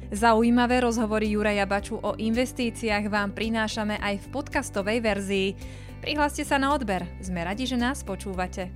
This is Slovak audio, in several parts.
Zaujímavé rozhovory Juraja Baču o investíciách vám prinášame aj v podcastovej verzii. Prihláste sa na odber, sme radi, že nás počúvate.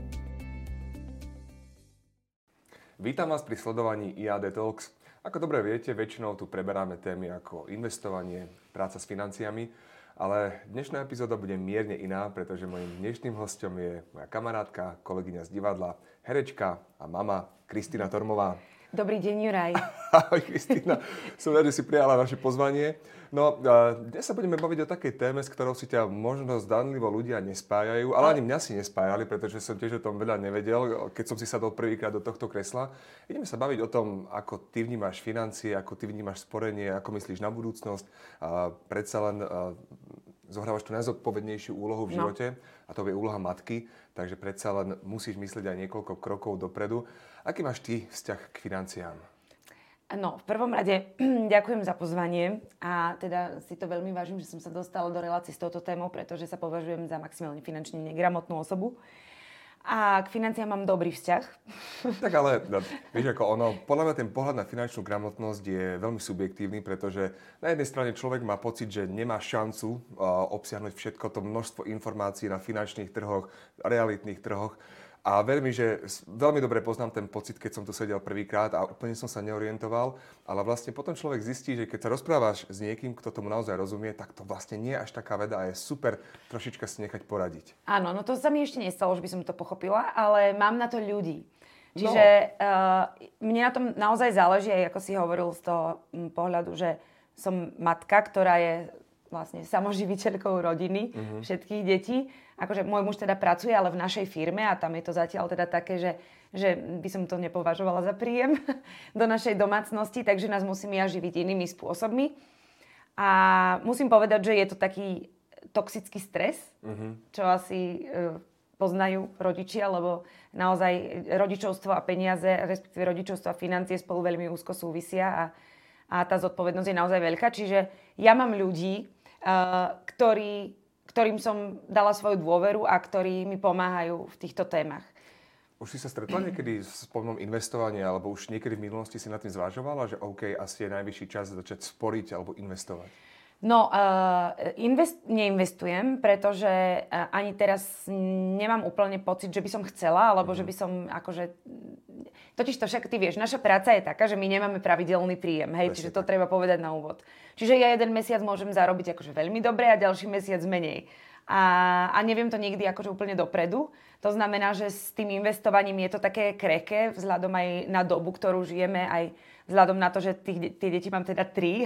Vítam vás pri sledovaní IAD Talks. Ako dobre viete, väčšinou tu preberáme témy ako investovanie, práca s financiami, ale dnešná epizóda bude mierne iná, pretože mojím dnešným hosťom je moja kamarátka, kolegyňa z divadla, herečka a mama Kristína Tormová. Dobrý deň, Juraj. Ahoj, Kristína. Som rád, že si prijala naše pozvanie. No, dnes sa budeme baviť o takej téme, s ktorou si ťa možno zdanlivo ľudia nespájajú, ale ani mňa si nespájali, pretože som tiež o tom veľa nevedel, keď som si sadol prvýkrát do tohto kresla. Ideme sa baviť o tom, ako ty vnímaš financie, ako ty vnímaš sporenie, ako myslíš na budúcnosť. Predsa len zohrávaš tú najzodpovednejšiu úlohu v živote, a to je úloha matky, takže predsa len musíš myslieť aj niekoľko krokov dopredu. Aký máš ty vzťah k financiám? No, v prvom rade ďakujem za pozvanie a teda si to veľmi vážim, že som sa dostala do relácie s touto témou, pretože sa považujem za maximálne finančne negramotnú osobu. A k financiám mám dobrý vzťah. Tak ale, vieš ako ono, podľa mňa ten pohľad na finančnú gramotnosť je veľmi subjektívny, pretože na jednej strane človek má pocit, že nemá šancu obsiahnuť všetko to množstvo informácií na finančných trhoch, realitných trhoch. A ver mi, že veľmi dobre poznám ten pocit, keď som tu sedel prvýkrát a úplne som sa neorientoval, ale vlastne potom človek zistí, že keď sa rozprávaš s niekým, kto tomu naozaj rozumie, tak to vlastne nie je až taká veda a je super trošička si nechať poradiť. Áno, no to sa mi ešte nestalo, že by som to pochopila, ale mám na to ľudí. Čiže mne na tom naozaj záleží, aj ako si hovoril z toho pohľadu, že som matka, ktorá je vlastne samoživiteľkou rodiny, všetkých detí. Akože môj muž teda pracuje, ale v našej firme a tam je to zatiaľ teda také, že by som to nepovažovala za príjem do našej domácnosti, takže nás musím ja živiť inými spôsobmi. A musím povedať, že je to taký toxický stres, čo asi poznajú rodičia, lebo naozaj rodičovstvo a peniaze, respektíve rodičovstvo a financie spolu veľmi úzko súvisia a tá zodpovednosť je naozaj veľká. Čiže ja mám ľudí, ktorým som dala svoju dôveru a ktorí mi pomáhajú v týchto témach. Už si sa stretla niekedy s pojmom investovania, alebo už niekedy v minulosti si nad tým zvažovala, že OK, asi je najvyšší čas začať sporiť alebo investovať? No, neinvestujem, pretože ani teraz nemám úplne pocit, že by som chcela, alebo že by som akože... Totižto však ty vieš, naša práca je taká, že my nemáme pravidelný príjem, hej, čiže to treba povedať na úvod. Čiže ja jeden mesiac môžem zarobiť akože veľmi dobre a ďalší mesiac menej. A neviem to nikdy akože úplne dopredu. To znamená, že s tým investovaním je to také krehké, vzhľadom aj na dobu, ktorú žijeme, aj vzhľadom na to, že tie deti mám teda 3.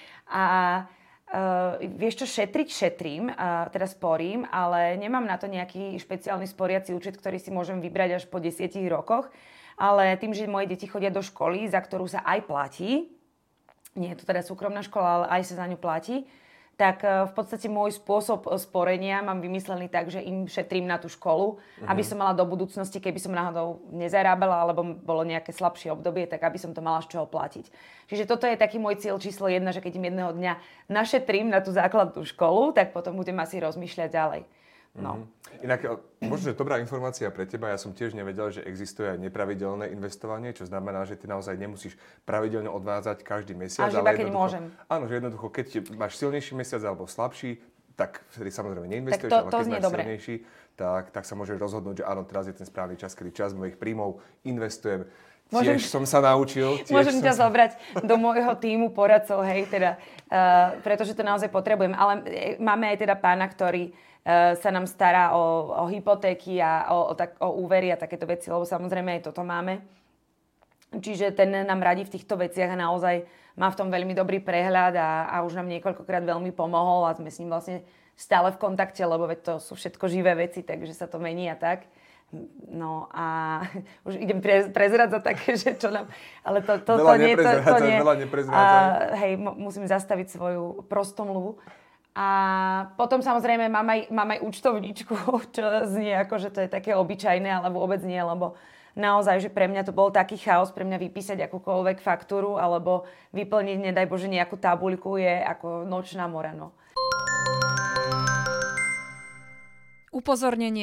Vieš čo, šetrím, teda sporím, ale nemám na to nejaký špeciálny sporiaci účet, ktorý si môžem vybrať až po 10 rokoch. Ale tým, že moje deti chodia do školy, za ktorú sa aj platí, nie je to teda súkromná škola, ale aj sa za ňu platí, tak v podstate môj spôsob sporenia mám vymyslený tak, že im šetrím na tú školu, aby som mala do budúcnosti, keby som náhodou nezarábala, alebo bolo nejaké slabšie obdobie, tak aby som to mala z čoho platiť. Čiže toto je taký môj cieľ číslo 1, že keď im jedného dňa našetrím na tú základnú školu, tak potom budem asi rozmýšľať ďalej. No. Inak, možno, že dobrá informácia pre teba, ja som tiež nevedel, že existuje aj nepravidelné investovanie, čo znamená, že ty naozaj nemusíš pravidelne odvádzať každý mesiac. Až iba keď môžem. Áno, že jednoducho, keď máš silnejší mesiac alebo slabší, tak vtedy samozrejme neinvestuješ, ale keď máš silnejší, tak sa môžeš rozhodnúť, že áno, teraz je ten správny čas, kedy časť mojich príjmov investujem. Tiež som sa naučil. Môžem ťa zobrať do môjho tímu poradcov, hej, teda, pretože to naozaj potrebujem. Ale máme aj teda pána, ktorý sa nám stará o hypotéky a o úvery a takéto veci, lebo samozrejme aj toto máme. Čiže ten nám radí v týchto veciach a naozaj má v tom veľmi dobrý prehľad a už nám niekoľkokrát veľmi pomohol a sme s ním vlastne stále v kontakte, lebo veď to sú všetko živé veci, takže sa to mení a tak. No a už idem prezradzať také, že čo nám... Ale to nie. Veľa neprezrádzaj. Hej, musím zastaviť svoju prostomluvu. A potom samozrejme mám aj účtovníčku, čo znie ako, že to je také obyčajné, ale vôbec nie, lebo naozaj, že pre mňa to bol taký chaos, pre mňa vypísať akúkoľvek faktúru alebo vyplniť, nedaj Bože, nejakú tabuľku je ako nočná mora, no. Upozornenie.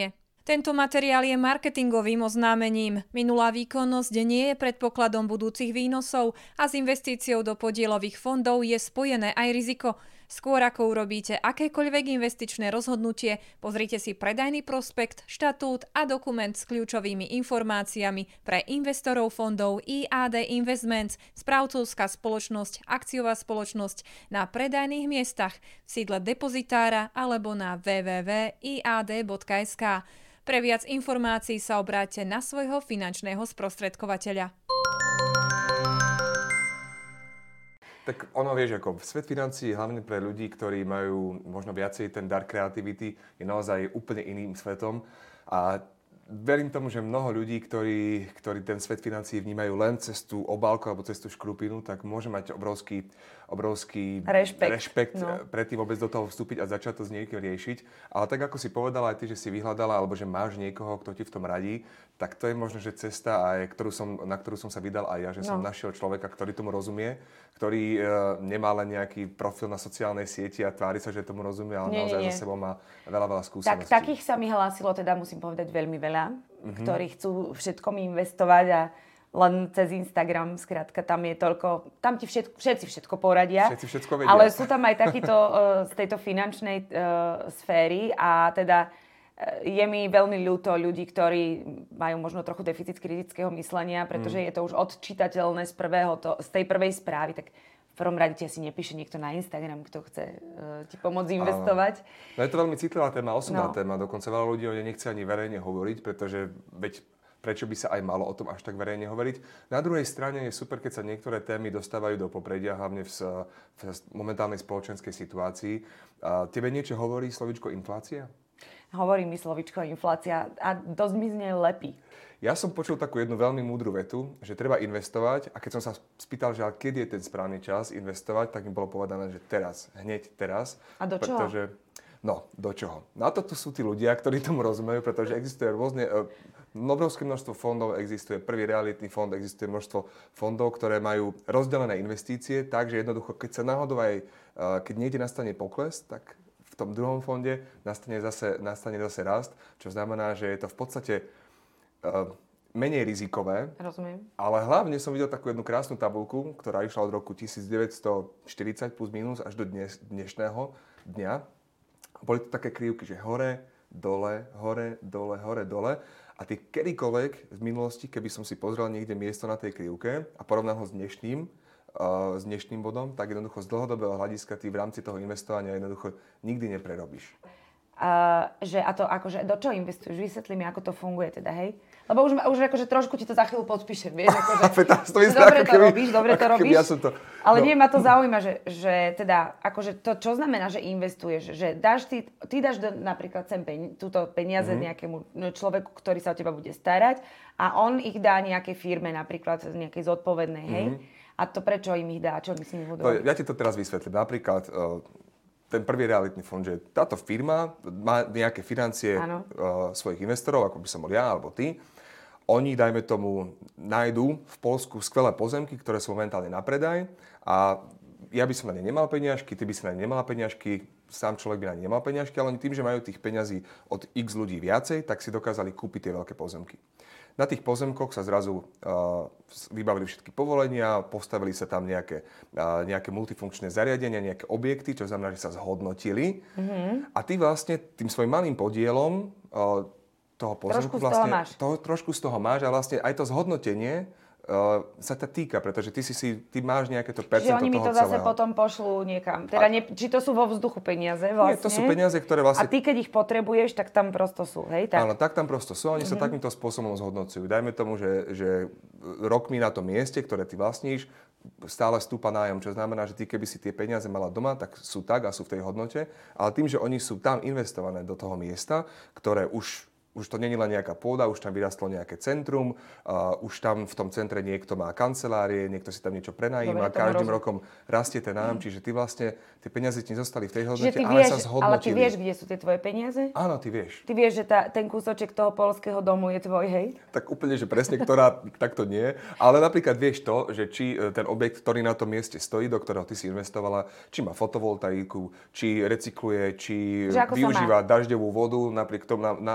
Tento materiál je marketingovým oznámením. Minulá výkonnosť nie je predpokladom budúcich výnosov a s investíciou do podielových fondov je spojené aj riziko. Skôr ako urobíte akékoľvek investičné rozhodnutie, pozrite si predajný prospekt, štatút a dokument s kľúčovými informáciami pre investorov fondov IAD Investments, správcovská spoločnosť, akciová spoločnosť na predajných miestach v sídle depozitára alebo na www.iad.sk. Pre viac informácií sa obráťte na svojho finančného sprostredkovateľa. Tak ono, vieš, ako svet financií, hlavne pre ľudí, ktorí majú možno viacej ten dar kreativity, je naozaj úplne iným svetom. A verím tomu, že mnoho ľudí, ktorí ten svet financií vnímajú len cez tú obálku alebo cez tú škrupinu, tak môže mať obrovský rešpekt predtým vôbec do toho vstúpiť a začať to s niekým riešiť. Ale tak ako si povedala aj ty, že si vyhľadala alebo že máš niekoho, kto ti v tom radí, tak to je možno, že cesta, aj na ktorú som sa vydal aj ja, že som našiel človeka, ktorý tomu rozumie, ktorý nemá len nejaký profil na sociálnej sieti a tvári sa, že tomu rozumie, ale naozaj za sebou má veľa skúseností. Tak takých sa mi hlásilo, teda musím povedať veľmi veľa, ktorí chcú všetkom investovať a len cez Instagram, skrátka, tam je toľko, tam ti všetci všetko poradia. Všetci všetko vedia. Ale sú tam aj takíto z tejto finančnej sféry a teda je mi veľmi ľúto ľudí, ktorí majú možno trochu deficit kritického myslenia, pretože je to už odčítateľné z tej prvej správy, tak v prvom rade ti asi nepíše niekto na Instagram, kto chce ti pomôcť investovať. No je to veľmi citlivá téma, osobná téma, dokonca veľa ľudí o nej nechce ani verejne hovoriť, pretože prečo by sa aj malo o tom až tak verejne hovoriť. Na druhej strane je super, keď sa niektoré témy dostávajú do popredia, hlavne v momentálnej spoločenskej situácii. Tebe niečo hovorí slovíčko inflácia? Hovorí mi slovíčko inflácia a dosť mi z nej lepí. Ja som počul takú jednu veľmi múdru vetu, že treba investovať a keď som sa spýtal, že kedy je ten správny čas investovať, tak mi bolo povedané, že teraz, hneď teraz. A do čoho? Do čoho? Na to tu sú tí ľudia, ktorí tomu rozumejú, pretože existuje obrovské množstvo fondov, existuje prvý realitný fond, existuje množstvo fondov, ktoré majú rozdelené investície, takže jednoducho, keď sa náhodou keď niekde nastane pokles, tak v tom druhom fonde nastane zase rast, čo znamená, že je to v podstate menej rizikové. Rozumiem. Ale hlavne som videl takú jednu krásnu tabuľku, ktorá išla od roku 1940 plus minus až do dnešného dňa. Boli to také krivky, že hore, dole, hore, dole, hore, dole. A ty kedykoľvek v minulosti, keby som si pozrel niekde miesto na tej krivke a porovnal ho s dnešným bodom, tak jednoducho z dlhodobého hľadiska ty v rámci toho investovania jednoducho nikdy neprerobíš. A to akože, do čoho investuješ? Vysvetli mi, ako to funguje teda, hej? Lebo už akože trošku ti to za chvíľu podpíšem, vieš? Akože, dobre to robíš, ale nie, ma to zaujíma, že teda, akože to, čo znamená, že investuješ? Že ty dáš napríklad sem túto peniaze nejakému človeku, ktorý sa o teba bude starať a on ich dá nejakej firme, napríklad nejakej zodpovednej, hej? A to prečo im ich dá? Čo my s nimi budú robiť? Ja ti to teraz vysvetlím. Napríklad ten prvý realitný fond, že táto firma má nejaké financie svojich investorov, ako by som bol ja alebo ty. Oni, dajme tomu, nájdú v Poľsku skvelé pozemky, ktoré sú momentálne na predaj a ja by som na ne nemal peniažky, ty by si na ne nemala peniažky, sám človek by na ne nemal peniažky, ale oni tým, že majú tých peňazí od x ľudí viacej, tak si dokázali kúpiť tie veľké pozemky. Na tých pozemkoch sa zrazu vybavili všetky povolenia, postavili sa tam nejaké multifunkčné zariadenia, nejaké objekty, čo znamená, že sa zhodnotili. A ty vlastne tým svojím malým podielom toho pozemku trošku z toho máš a vlastne aj to zhodnotenie sa to týka, pretože ty máš nejaké to percento toho celého. Čiže oni mi to zase potom pošlú niekam. Teda či to sú vo vzduchu peniaze vlastne? Nie, to sú peniaze, ktoré vlastne... A ty, keď ich potrebuješ, tak tam prosto sú, hej? Tak? Áno, tak tam prosto sú. Oni sa takýmto spôsobom zhodnocujú. Dajme tomu, že rokmi na tom mieste, ktoré ty vlastníš, stále stúpa nájom, čo znamená, že ty, keby si tie peniaze mala doma, tak sú a sú v tej hodnote. Ale tým, že oni sú tam investované do toho miesta, ktoré už to nie je len nejaká pôda, už tam vyrastlo nejaké centrum, už tam v tom centre niekto má kancelárie, niekto si tam niečo prenajíma, každým rokom rastie ten nájom, čiže ty vlastne, tie peniaze ti zostali v tej hodnote, ale sa zhodnotili. Ale ty vieš, kde sú tie tvoje peniaze? Áno, ty vieš. Ty vieš, že ten kúsoček toho poľského domu je tvoj, hej? Tak úplne, že presne, ktorá takto nie. Ale napríklad vieš to, že či ten objekt, ktorý na tom mieste stojí, do ktorého ty si investovala, či má fotovoltaiku, či recykluje, či využíva dažďovú vodu, napriek tomu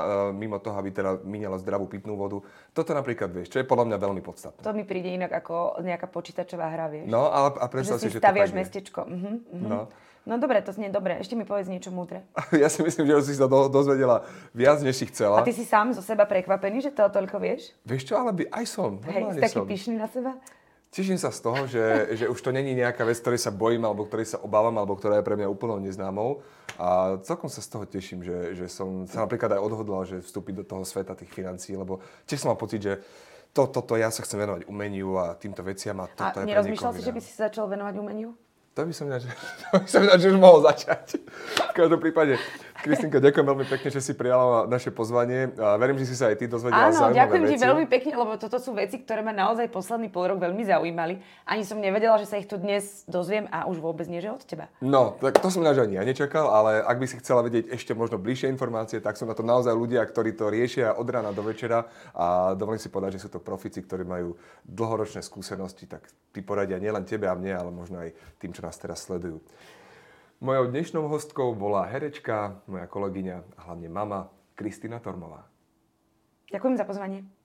mimo toho, aby teda míňala zdravú pitnú vodu. Toto napríklad vieš, čo je podľa mňa veľmi podstatné. To mi príde inak ako nejaká počítačová hra, vieš. No, ale a predstav si, že to staviaš tak je. mestečko. No dobre, to znie dobre. Ešte mi povedz niečo múdre. Ja si myslím, že už si sa dozvedela viac, než si chcela. A ty si sám zo seba prekvapený, že to toľko vieš? Vieš čo, ale aj som. Hej, si taký pyšný na seba? Teším sa z toho, že už to není nejaká vec, ktorej sa bojím, alebo ktorej sa obávam, alebo ktorá je pre mňa úplnou neznámou. A celkom sa z toho teším, že som sa napríklad aj odhodlal, že vstúpiť do toho sveta tých financií, lebo tiež som mal pocit, že toto ja sa chcem venovať umeniu a týmto veciam a toto je pre nerozmýšľal si, že by si sa začal venovať umeniu? To by som ináč už mohol začať. V každom prípade, Kristýnka, ďakujem veľmi pekne, že si prijala naše pozvanie. A verím, že si sa aj ty dozvedela zaujímavé veci. Áno, ďakujem ti veľmi pekne, lebo toto sú veci, ktoré ma naozaj posledný pol rok veľmi zaujímali. Ani som nevedela, že sa ich tu dnes dozviem a už vôbec nie, že od teba. No, tak to som ináč ani ja nečakal, ale ak by si chcela vedieť ešte možno bližšie informácie, tak sú na to naozaj ľudia, ktorí to riešia od rána do večera a dovolím si povedať, že sú to profíci, ktorí majú dlhoročné skúsenosti, tak tí poradia nielen tebe a mne, ale možno aj tým, čo nás teraz sledujú. Mojou dnešnou hostkou bola herečka, moja kolegyňa a hlavne mama Kristína Tormová. Ďakujem za pozvanie.